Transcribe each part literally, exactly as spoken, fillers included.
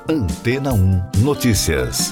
Antena um Notícias.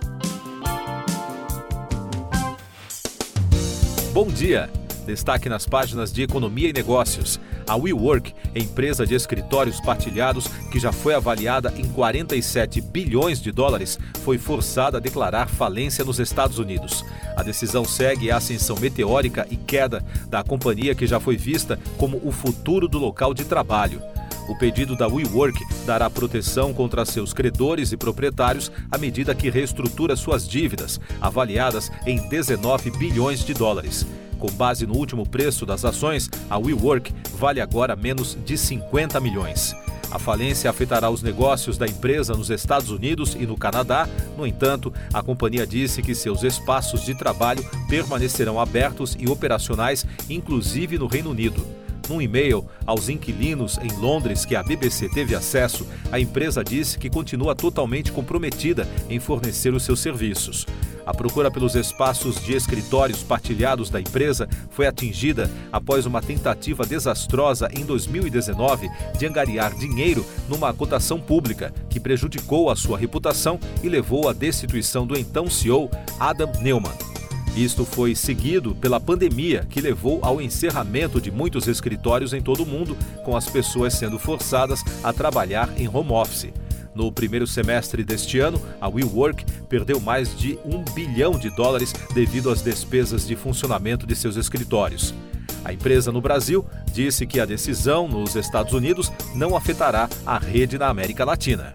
Bom dia! Destaque nas páginas de Economia e Negócios. A WeWork, empresa de escritórios partilhados que já foi avaliada em quarenta e sete bilhões de dólares, foi forçada a declarar falência nos Estados Unidos. A decisão segue a ascensão meteórica e queda da companhia que já foi vista como o futuro do local de trabalho. O pedido da WeWork dará proteção contra seus credores e proprietários à medida que reestrutura suas dívidas, avaliadas em dezenove bilhões de dólares. Com base no último preço das ações, a WeWork vale agora menos de cinquenta milhões. A falência afetará os negócios da empresa nos Estados Unidos e no Canadá. No entanto, a companhia disse que seus espaços de trabalho permanecerão abertos e operacionais, inclusive no Reino Unido. Num e-mail aos inquilinos em Londres que a B B C teve acesso, a empresa disse que continua totalmente comprometida em fornecer os seus serviços. A procura pelos espaços de escritórios partilhados da empresa foi atingida após uma tentativa desastrosa em dois mil e dezenove de angariar dinheiro numa cotação pública, que prejudicou a sua reputação e levou à destituição do então C E O Adam Neumann. Isto foi seguido pela pandemia, que levou ao encerramento de muitos escritórios em todo o mundo, com as pessoas sendo forçadas a trabalhar em home office. No primeiro semestre deste ano, a WeWork perdeu mais de um bilhão de dólares devido às despesas de funcionamento de seus escritórios. A empresa no Brasil disse que a decisão nos Estados Unidos não afetará a rede na América Latina.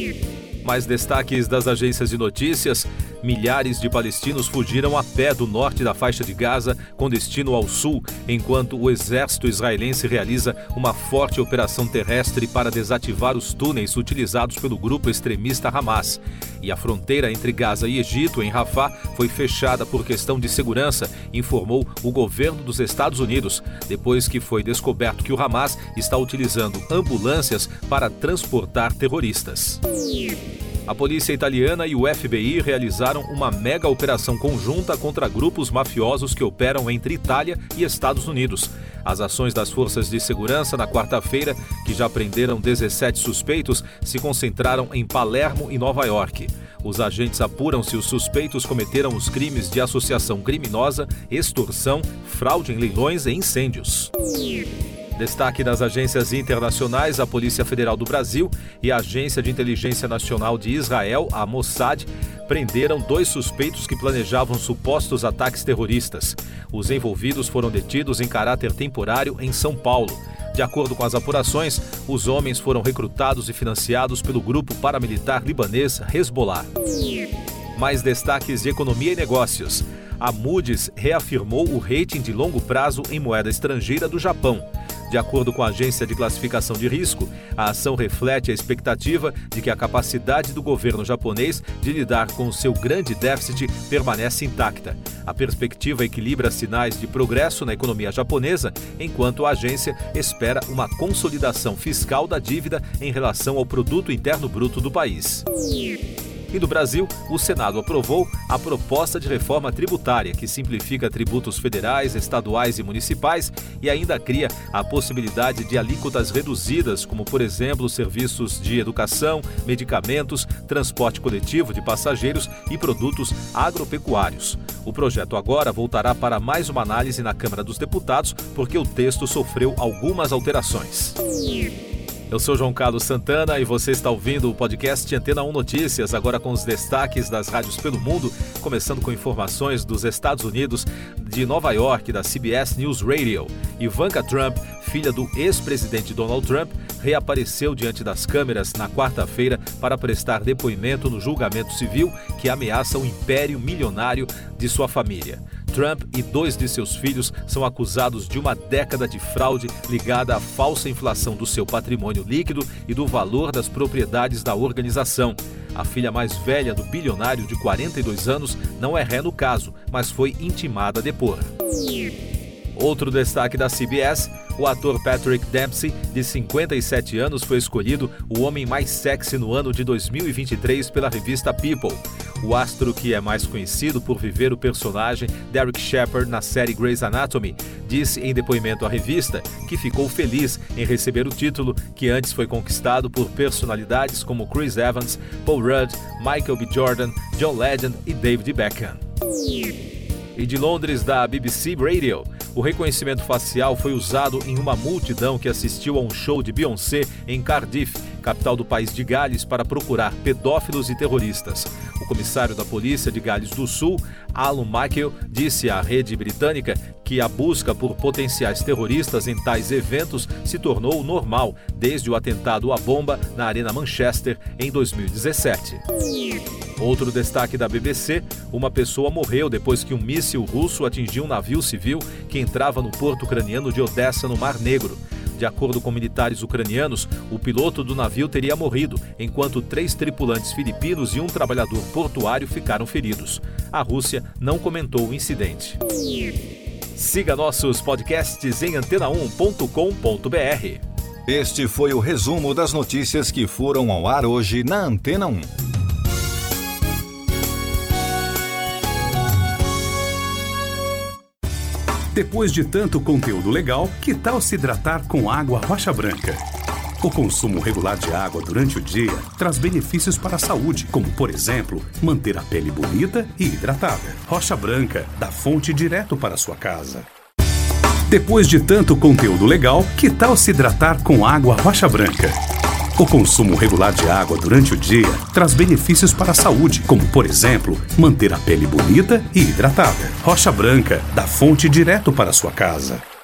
Mais destaques das agências de notícias. Milhares de palestinos fugiram a pé do norte da faixa de Gaza com destino ao sul, enquanto o exército israelense realiza uma forte operação terrestre para desativar os túneis utilizados pelo grupo extremista Hamas. E a fronteira entre Gaza e Egito, em Rafah, foi fechada por questão de segurança, informou o governo dos Estados Unidos, depois que foi descoberto que o Hamas está utilizando ambulâncias para transportar terroristas. A polícia italiana e o F B I realizaram uma mega operação conjunta contra grupos mafiosos que operam entre Itália e Estados Unidos. As ações das forças de segurança na quarta-feira, que já prenderam dezessete suspeitos, se concentraram em Palermo e Nova York. Os agentes apuram se os suspeitos cometeram os crimes de associação criminosa, extorsão, fraude em leilões e incêndios. Destaque das agências internacionais. A Polícia Federal do Brasil e a Agência de Inteligência Nacional de Israel, a Mossad, prenderam dois suspeitos que planejavam supostos ataques terroristas. Os envolvidos foram detidos em caráter temporário em São Paulo. De acordo com as apurações, os homens foram recrutados e financiados pelo grupo paramilitar libanês Hezbollah. Mais destaques de Economia e Negócios. A Moody's reafirmou o rating de longo prazo em moeda estrangeira do Japão. De acordo com a agência de classificação de risco, a ação reflete a expectativa de que a capacidade do governo japonês de lidar com o seu grande déficit permanece intacta. A perspectiva equilibra sinais de progresso na economia japonesa, enquanto a agência espera uma consolidação fiscal da dívida em relação ao produto interno bruto do país. E do Brasil, o Senado aprovou a proposta de reforma tributária, que simplifica tributos federais, estaduais e municipais e ainda cria a possibilidade de alíquotas reduzidas, como, por exemplo, serviços de educação, medicamentos, transporte coletivo de passageiros e produtos agropecuários. O projeto agora voltará para mais uma análise na Câmara dos Deputados, porque o texto sofreu algumas alterações. Eu sou João Carlos Santana e você está ouvindo o podcast Antena um Notícias, agora com os destaques das rádios pelo mundo, começando com informações dos Estados Unidos, de Nova York, da C B S News Radio. Ivanka Trump, filha do ex-presidente Donald Trump, reapareceu diante das câmeras na quarta-feira para prestar depoimento no julgamento civil que ameaça o império milionário de sua família. Trump e dois de seus filhos são acusados de uma década de fraude ligada à falsa inflação do seu patrimônio líquido e do valor das propriedades da organização. A filha mais velha do bilionário de quarenta e dois anos não é ré no caso, mas foi intimada a depor. Outro destaque da C B S, o ator Patrick Dempsey, de cinquenta e sete anos, foi escolhido o homem mais sexy no ano de dois mil e vinte e três pela revista People. O astro, que é mais conhecido por viver o personagem Derek Shepherd na série Grey's Anatomy, disse em depoimento à revista que ficou feliz em receber o título, que antes foi conquistado por personalidades como Chris Evans, Paul Rudd, Michael B. Jordan, John Legend e David Beckham. E de Londres, da B B C Radio, o reconhecimento facial foi usado em uma multidão que assistiu a um show de Beyoncé em Cardiff, capital do país de Gales, para procurar pedófilos e terroristas. O comissário da polícia de Gales do Sul, Alan Michael, disse à rede britânica que a busca por potenciais terroristas em tais eventos se tornou normal desde o atentado à bomba na Arena Manchester em dois mil e dezessete. Outro destaque da B B C, uma pessoa morreu depois que um míssil russo atingiu um navio civil que entrava no porto ucraniano de Odessa, no Mar Negro. De acordo com militares ucranianos, o piloto do navio teria morrido, enquanto três tripulantes filipinos e um trabalhador portuário ficaram feridos. A Rússia não comentou o incidente. Siga nossos podcasts em antena um ponto com ponto b r. Este foi o resumo das notícias que foram ao ar hoje na Antena um. Depois de tanto conteúdo legal, que tal se hidratar com água Rocha Branca? O consumo regular de água durante o dia traz benefícios para a saúde, como, por exemplo, manter a pele bonita e hidratada. Rocha Branca, da fonte direto para a sua casa. Depois de tanto conteúdo legal, que tal se hidratar com água Rocha Branca? O consumo regular de água durante o dia traz benefícios para a saúde, como, por exemplo, manter a pele bonita e hidratada. Rocha Branca, da fonte direto para a sua casa.